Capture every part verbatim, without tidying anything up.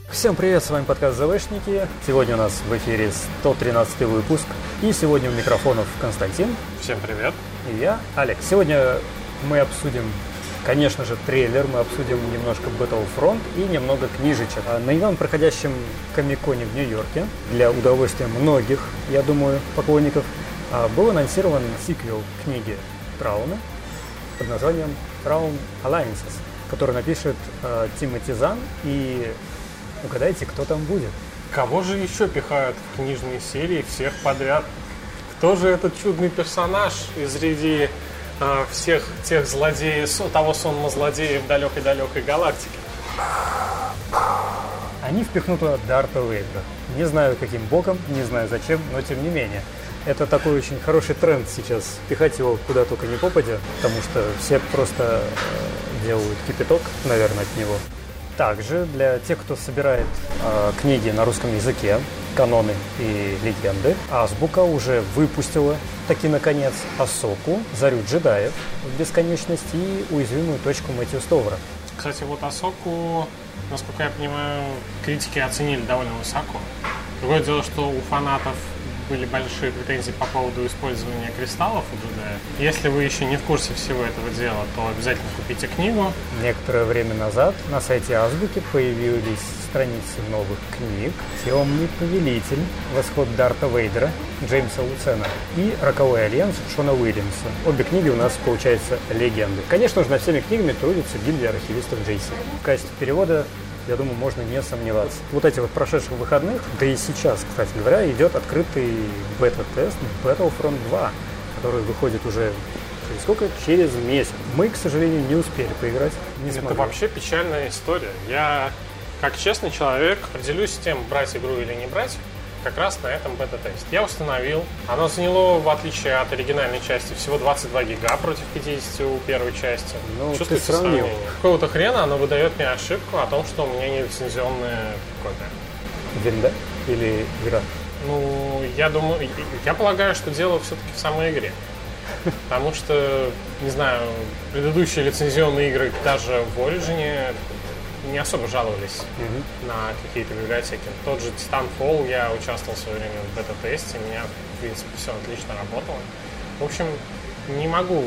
Всем привет, с вами подкаст ЗВшники. Сегодня у нас в эфире сто тринадцатый выпуск. И сегодня у микрофонов Константин. Всем привет. И я, Алекс. Сегодня мы обсудим, конечно же, трейлер. Мы обсудим немножко Battlefront и немного книжечек. На недавно проходящем комик-коне в Нью-Йорке, для удовольствия многих, я думаю, поклонников, был анонсирован сиквел книги Трауна под названием Traun Alliances, который напишет э, Тимоти Зан. И угадайте, кто там будет? Кого же еще пихают в книжные серии всех подряд? Кто же этот чудный персонаж из среди э, всех тех злодеев, того сонма злодеев далекой-далекой галактики? Они впихнут туда Дарта Вейдера. Не знаю, каким боком, не знаю зачем, но тем не менее. Это такой очень хороший тренд сейчас, пихать его куда только не попадя, потому что все просто э, делают кипяток, наверное, от него. Также для тех, кто собирает э, книги на русском языке, каноны и легенды, Азбука уже выпустила таки наконец Асоку, Зарю джедаев в бесконечность и уязвимую точку Мэтью Стовара. Кстати, вот Асоку, насколько я понимаю, критики оценили довольно высоко. Другое дело, что у фанатов были большие претензии по поводу использования кристаллов у джедаев. Если вы еще не в курсе всего этого дела, то обязательно купите книгу. Некоторое время назад на сайте Азбуки появились страницы новых книг «Темный повелитель. Восход Дарта Вейдера» Джеймса Луцена и «Роковой альянс» Шона Уильямса. Обе книги у нас, получается, легенды. Конечно же, над всеми книгами трудится гильдия архивистов джей си. В качестве перевода, я думаю, можно не сомневаться. Вот этих вот прошедших выходных, да и сейчас, кстати говоря, идет открытый бета-тест Battlefront два, который выходит уже через сколько? Через месяц. Мы, к сожалению, не успели поиграть. Не Это смогли. вообще печальная история. Я, как честный человек, определюсь с тем, брать игру или не брать, как раз на этом бета-тесте. Я установил. Оно заняло, в отличие от оригинальной части, всего двадцать два гига против пятидесяти у первой части. Ну, чувствуете ты сравнил. сравнение? Какого-то хрена оно выдает мне ошибку о том, что у меня не лицензионная копия. Винда или игра? Ну, я думаю, я полагаю, что дело все-таки в самой игре. Потому что, не знаю, предыдущие лицензионные игры даже в Origin не особо жаловались mm-hmm. на какие-то библиотеки. Тот же Titanfall, я участвовал в свое время в бета-тесте, у меня, в принципе, все отлично работало. В общем, не могу...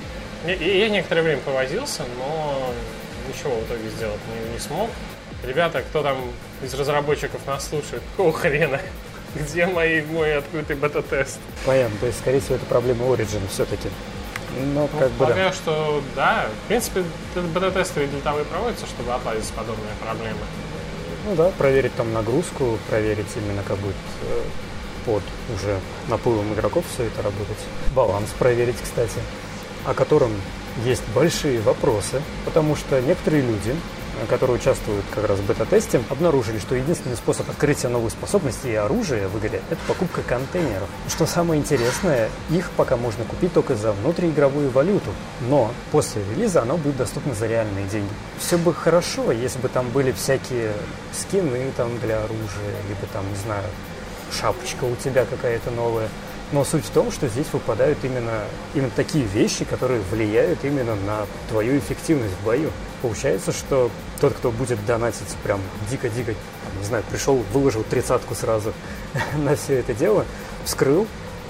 Я, я некоторое время повозился, но ничего в итоге сделать не, не смог. Ребята, кто там из разработчиков нас слушает, какого хрена? Где мои, мой открытый бета-тест? Понятно, то есть, скорее всего, это проблема Origin все-таки. Но как ну, бы полагаю, да. что да. В принципе, бета-тесты для того и проводятся, чтобы отладить подобные проблемы. Ну да, проверить там нагрузку, проверить именно как будет э, под уже наплывом игроков все это работать. Баланс проверить, кстати, о котором есть большие вопросы, потому что некоторые люди, которые участвуют как раз в бета-тесте, обнаружили, что единственный способ открытия новых способностей и оружия в игре – это покупка контейнеров. Что самое интересное, их пока можно купить только за внутриигровую валюту, но после релиза оно будет доступно за реальные деньги. Все бы хорошо, если бы там были всякие скины там для оружия, либо там, не знаю, шапочка у тебя какая-то новая. Но суть в том, что здесь выпадают именно, именно такие вещи, которые влияют именно на твою эффективность в бою. Получается, что тот, кто будет донатить прям дико-дико, не знаю, пришел, выложил тридцатку сразу на все это дело, вскрыл,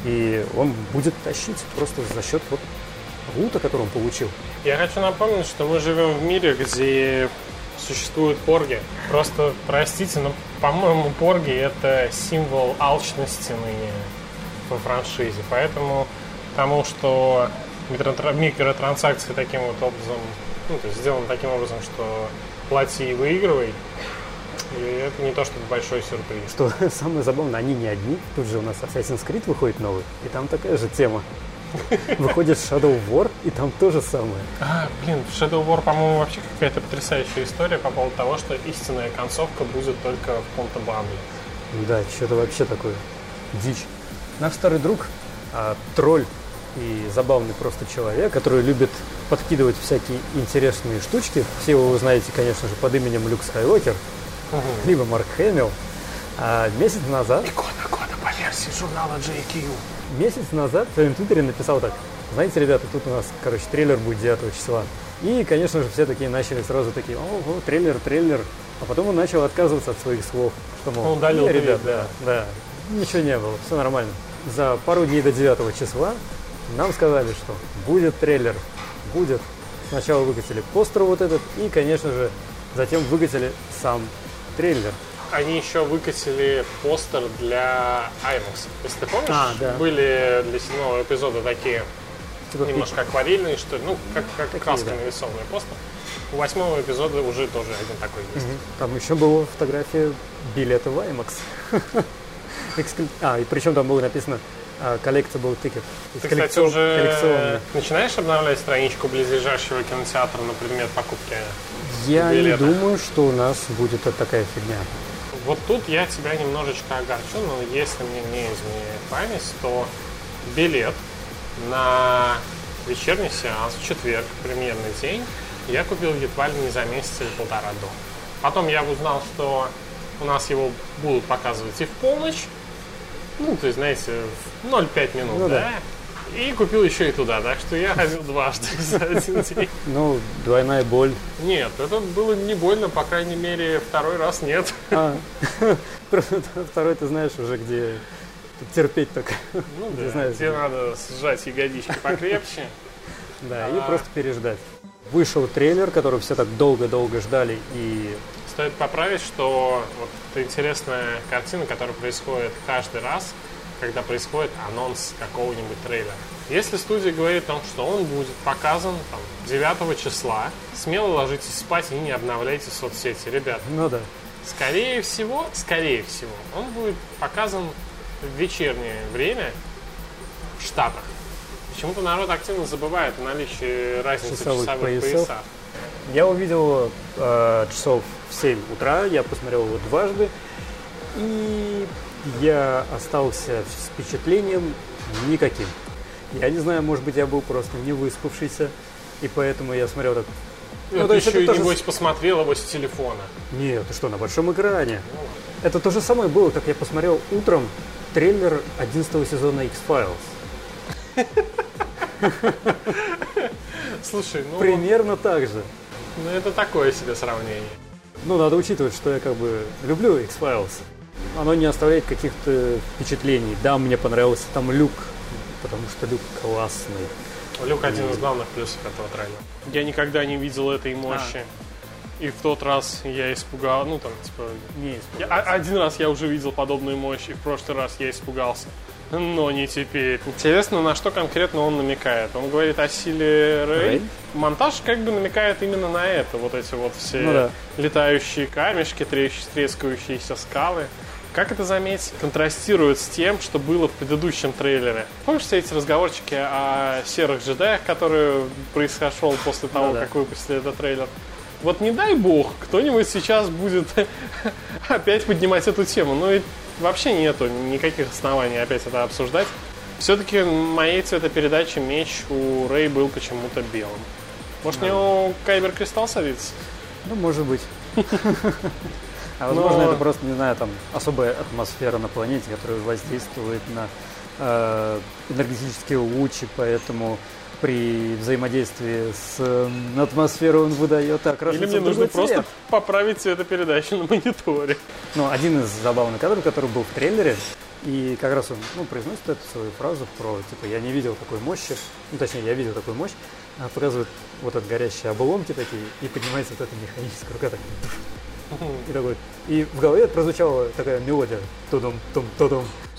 и он будет тащить просто за счет вот лута, который он получил. Я хочу напомнить, что мы живем в мире, где существуют порги. Просто, простите, но, по-моему, порги — это символ алчности ныне во франшизе. Поэтому тому, что микротранзакции таким вот образом, ну, то есть сделано таким образом, что плати и выигрывай, и это не то чтобы большой сюрприз. Что самое забавное, они не одни. Тут же у нас Assassin's Creed выходит новый, и там такая же тема. Выходит Shadow War, и там то же самое. А, блин, в Shadow War, по-моему, вообще какая-то потрясающая история по поводу того, что истинная концовка будет только в каком-то бандле. Да, что-то вообще такое дичь. Наш старый друг, а, тролль и забавный просто человек, который любит подкидывать всякие интересные штучки. Все его вы знаете, конечно же, под именем Люк Скайуокер, угу. либо Марк Хэмилл. А месяц назад... Икона года по версии журнала джей кью. Месяц назад в своем твиттере написал так: знаете, ребята, тут у нас, короче, трейлер будет девятого числа. И, конечно же, все такие начали сразу такие: ого, трейлер, трейлер. А потом он начал отказываться от своих слов. Что, мол, Он удалил «Не, ребят, твит, да, да, ничего не было, все нормально. За пару дней до девятого числа нам сказали, что будет трейлер, будет. Сначала выкатили постер вот этот и, конечно же, затем выкатили сам трейлер. Они еще выкатили постер для аймакс. Если ты помнишь, А, да. были для седьмого эпизода такие Типа немножко акварельные, что ли, ну, как, как Такие, краской да. нарисованный постер. У восьмого эпизода уже тоже один такой есть. Мгм. Там еще была фотография билета в аймакс. Эксклю- А, и причем там было написано collectible ticket. Ты, кстати, уже начинаешь обновлять страничку близлежащего кинотеатра на предмет покупки? Я не билета? думаю, что у нас будет такая фигня. Вот тут я тебя немножечко огорчу, но если мне не изменяет память, то билет на вечерний сеанс в четверг, премьерный день, я купил едва ли не за месяц или полтора до. Потом я узнал, что у нас его будут показывать и в полночь, ну, то есть, знаете, в ноль пять минут, Ну, да? да. И купил еще и туда, так что я ходил дважды за один день. Ну, двойная боль. Нет, это было не больно, по крайней мере, второй раз нет. А, просто второй ты знаешь уже, где терпеть только. Ну Ты да, знаешь, тебе да. надо сжать ягодички покрепче. Да, и А. просто переждать. Вышел трейлер, который все так долго-долго ждали, и Стоит поправить, что вот это интересная картина, которая происходит каждый раз, когда происходит анонс какого-нибудь трейлера. Если студия говорит о том, что он будет показан там, девятого числа, смело ложитесь спать и не обновляйте соцсети. Ребят, ну да. скорее всего, скорее всего, он будет показан в вечернее время в Штатах. Почему-то народ активно забывает о наличии разницы в Часовых часовых поясов. поясах. Я увидел э, часов в семь утра, я посмотрел его дважды, и я остался с впечатлением никаким. Я не знаю, может быть, я был просто не выспавшийся, и поэтому я смотрел так. Ну, Ну, ты то есть еще это и, тоже небось, посмотрел его с телефона. Нет, ты что, на большом экране? Это то же самое было, как я посмотрел утром трейлер одиннадцатого сезона X-Files. Слушай, ну, Примерно так же. ну это такое себе сравнение. Ну, надо учитывать, что я как бы люблю X-Files. Оно не оставляет каких-то впечатлений. Да, мне понравился там Люк, потому что Люк классный. Люк один из главных плюсов этого трейлера. Я никогда не видел этой мощи. И в тот раз я испугал, ну там, типа... Не я- а- один раз я уже видел подобную мощь, и в прошлый раз я испугался. Но не теперь. Интересно, на что конкретно он намекает. Он говорит о силе Рэй. Рэй? Монтаж как бы намекает именно на это. Вот эти вот все Ну да. летающие камешки, трещ- трескающиеся скалы. Как это заметить? Контрастирует с тем, что было в предыдущем трейлере. Помнишь все эти разговорчики о серых джедаях, которые произошел после того, Ну да. как выпустили этот трейлер? Вот не дай бог, кто-нибудь сейчас будет опять поднимать эту тему. Ну и вообще нету никаких оснований опять это обсуждать. Все-таки моей цветопередачи меч у Рэй был почему-то белым. Может, у него Кайбер Кристалл садится? Ну, может быть. А возможно, Но- это просто, не знаю, там особая атмосфера на планете, которая воздействует на э, энергетические лучи, поэтому при взаимодействии с э, атмосферой он выдает окрашивается Или мне в нужно другой цвет. просто поправить цветопередачу на мониторе? Ну, один из забавных кадров, который был в трейлере, и как раз он ну, произносит эту свою фразу про, типа, я не видел такой мощи, ну, точнее, я видел такую мощь, а показывает вот от горящие обломки такие, и поднимается вот эта механическая рука, так, и такой, и в голове прозвучала такая мелодия, тудум тум тудум.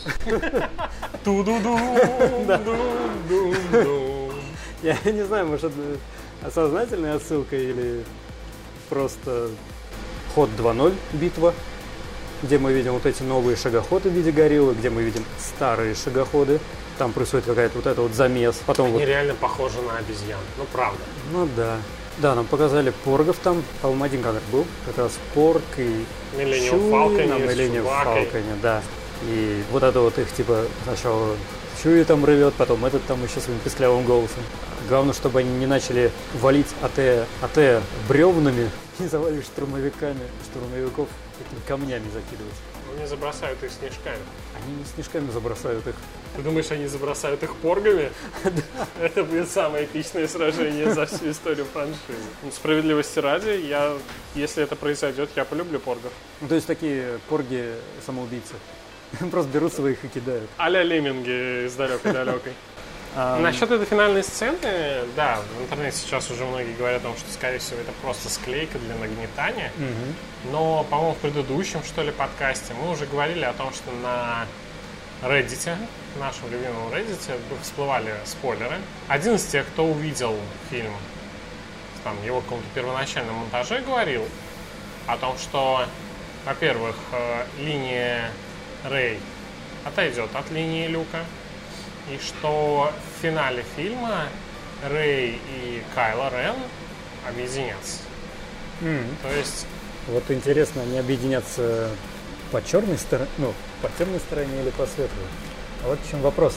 Ту-ду-ду-ду-ду-ду. Я не знаю, может, это сознательная отсылка или просто ход два ноль битва, где мы видим вот эти новые шагоходы в виде гориллы, где мы видим старые шагоходы. Там происходит какая-то вот эта вот замес. Потом Они вот, реально похожи на обезьян. Ну, правда. ну да. Да, нам показали поргов там, по-моему, один кадр был, как раз порг и Millennium Чуи Falcon на с Millennium Чewbacca. Falcon, да. И вот это вот их, типа, сначала Чуи там рвет, потом этот там еще своим писклявым голосом. Главное, чтобы они не начали валить АТ, АТ бревнами, не завалили штурмовиками, штурмовиков такими камнями закидывать. Они забросают их снежками. Они не снежками забросают их. Ты думаешь, они забросают их поргами? Это будет самое эпичное сражение за всю историю франшизы. Справедливости ради, я, если это произойдет, я полюблю поргов. Ну, то есть такие порги-самоубийцы. Просто берут своих и кидают. А-ля лемминги из далекой-далекой. Um... Насчет этой финальной сцены, да, в интернете сейчас уже многие говорят о том, что, скорее всего, это просто склейка для нагнетания. Uh-huh. Но, по-моему, в предыдущем, что ли, подкасте мы уже говорили о том, что на Reddit, нашем любимом Reddit, всплывали спойлеры. Один из тех, кто увидел фильм, там, его каком-то первоначальном монтаже, говорил о том, что, во-первых, линия Рэй отойдет от линии Люка, и что в финале фильма Рэй и Кайло Рен объединятся. Mm. То есть... Вот интересно, они объединятся по черной стороне, ну, по темной стороне или по светлой? А вот в чем вопрос.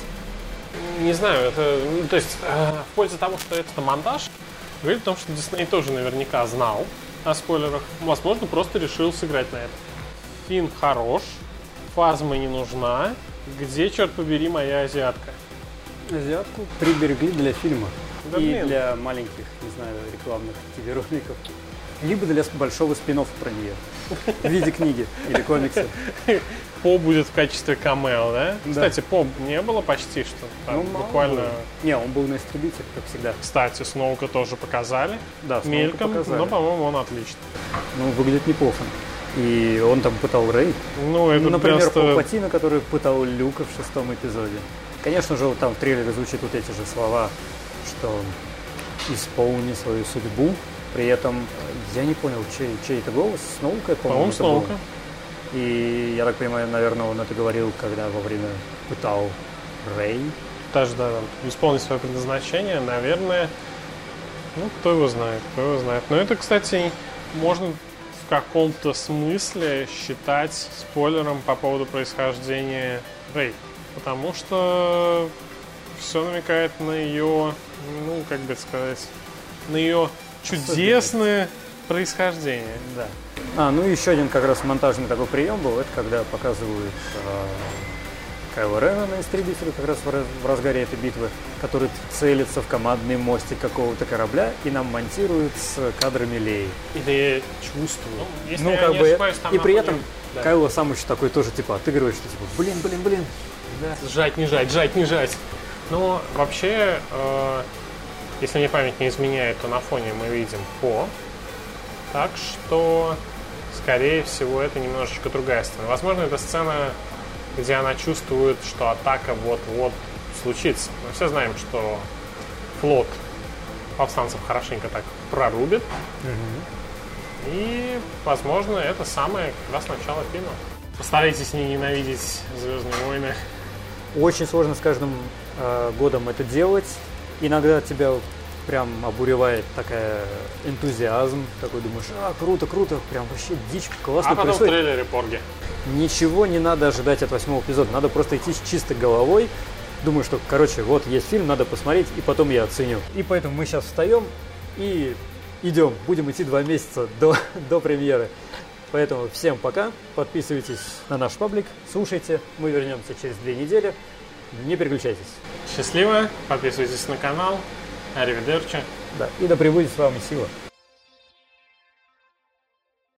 Не знаю, это... Ну, то есть, э, в пользу того, что это монтаж, говорит о том, что Дисней тоже наверняка знал о спойлерах. Возможно, просто решил сыграть на это. Финн хорош, Фазма не нужна. Где, черт побери, моя азиатка? Азиатку приберегли для фильма. Да, и блин. Для маленьких, не знаю, рекламных телероликов. Либо для большого спин-оффа про нее. В виде книги или комикса. По будет в качестве камео, да? Да. Кстати, По не было почти что. Там Ну, буквально... было. Не, он был на истребителе, как всегда. Кстати, Сноука тоже показали. Да, Сноука мельком, показали. но, по-моему, он отличный. Ну, выглядит неплохо. И он там пытал Рэй. Ну, это Ну, например, просто... Палпатина, который пытал Люка в шестом эпизоде. Конечно же, вот там в трейлере звучат вот эти же слова, что исполни свою судьбу. При этом я не понял, чей, чей это голос. Сноука, по-моему, По-моему, это Сноука. был. И я так понимаю, наверное, он это говорил, когда во время пытал Рэй. Даже, да, исполнить свое предназначение, наверное, ну, кто его знает, кто его знает. Но это, кстати, можно в каком-то смысле считать спойлером по поводу происхождения Рэй. Потому что все намекает на ее, ну, как бы сказать, на ее чудесное происхождение. Да. А, ну и еще один как раз монтажный такой прием был, это когда показывают э, Кайло Рена на истребителе, как раз в, раз, в разгаре этой битвы, который целится в командный мостик какого-то корабля и нам монтирует с кадрами Леи. Или чувствую. Ну, если ну, я как не бы, ошибаюсь, там и при на этом фоне- да. Кайло сам еще такой тоже типа отыгрывает, что типа блин, блин, блин. Да. Жать, не жать, жать, не жать. Но вообще, э, если мне память не изменяет, то на фоне мы видим По. Так что, скорее всего, это немножечко другая сцена. Возможно, это сцена, где она чувствует, что атака вот-вот случится. Мы все знаем, что флот повстанцев хорошенько так прорубит. Угу. И, возможно, это самое как раз начало фильма. Постарайтесь не ненавидеть «Звездные войны». Очень сложно с каждым э, годом это делать. Иногда тебя прям обуревает такая энтузиазм. Такой думаешь, а, круто, круто, прям вообще дичь, классно А потом происходит. в трейлере Порги. Ничего не надо ожидать от восьмого эпизода. Надо просто идти с чистой головой. Думаю, что, короче, вот есть фильм, надо посмотреть, и потом я оценю. И поэтому мы сейчас встаем и идем. Будем идти два месяца до, до премьеры. Поэтому всем пока. Подписывайтесь на наш паблик, слушайте. Мы вернемся через две недели. Не переключайтесь. Счастливо. Подписывайтесь на канал. Аривидерчи. Да. И да пребудет с вами сила.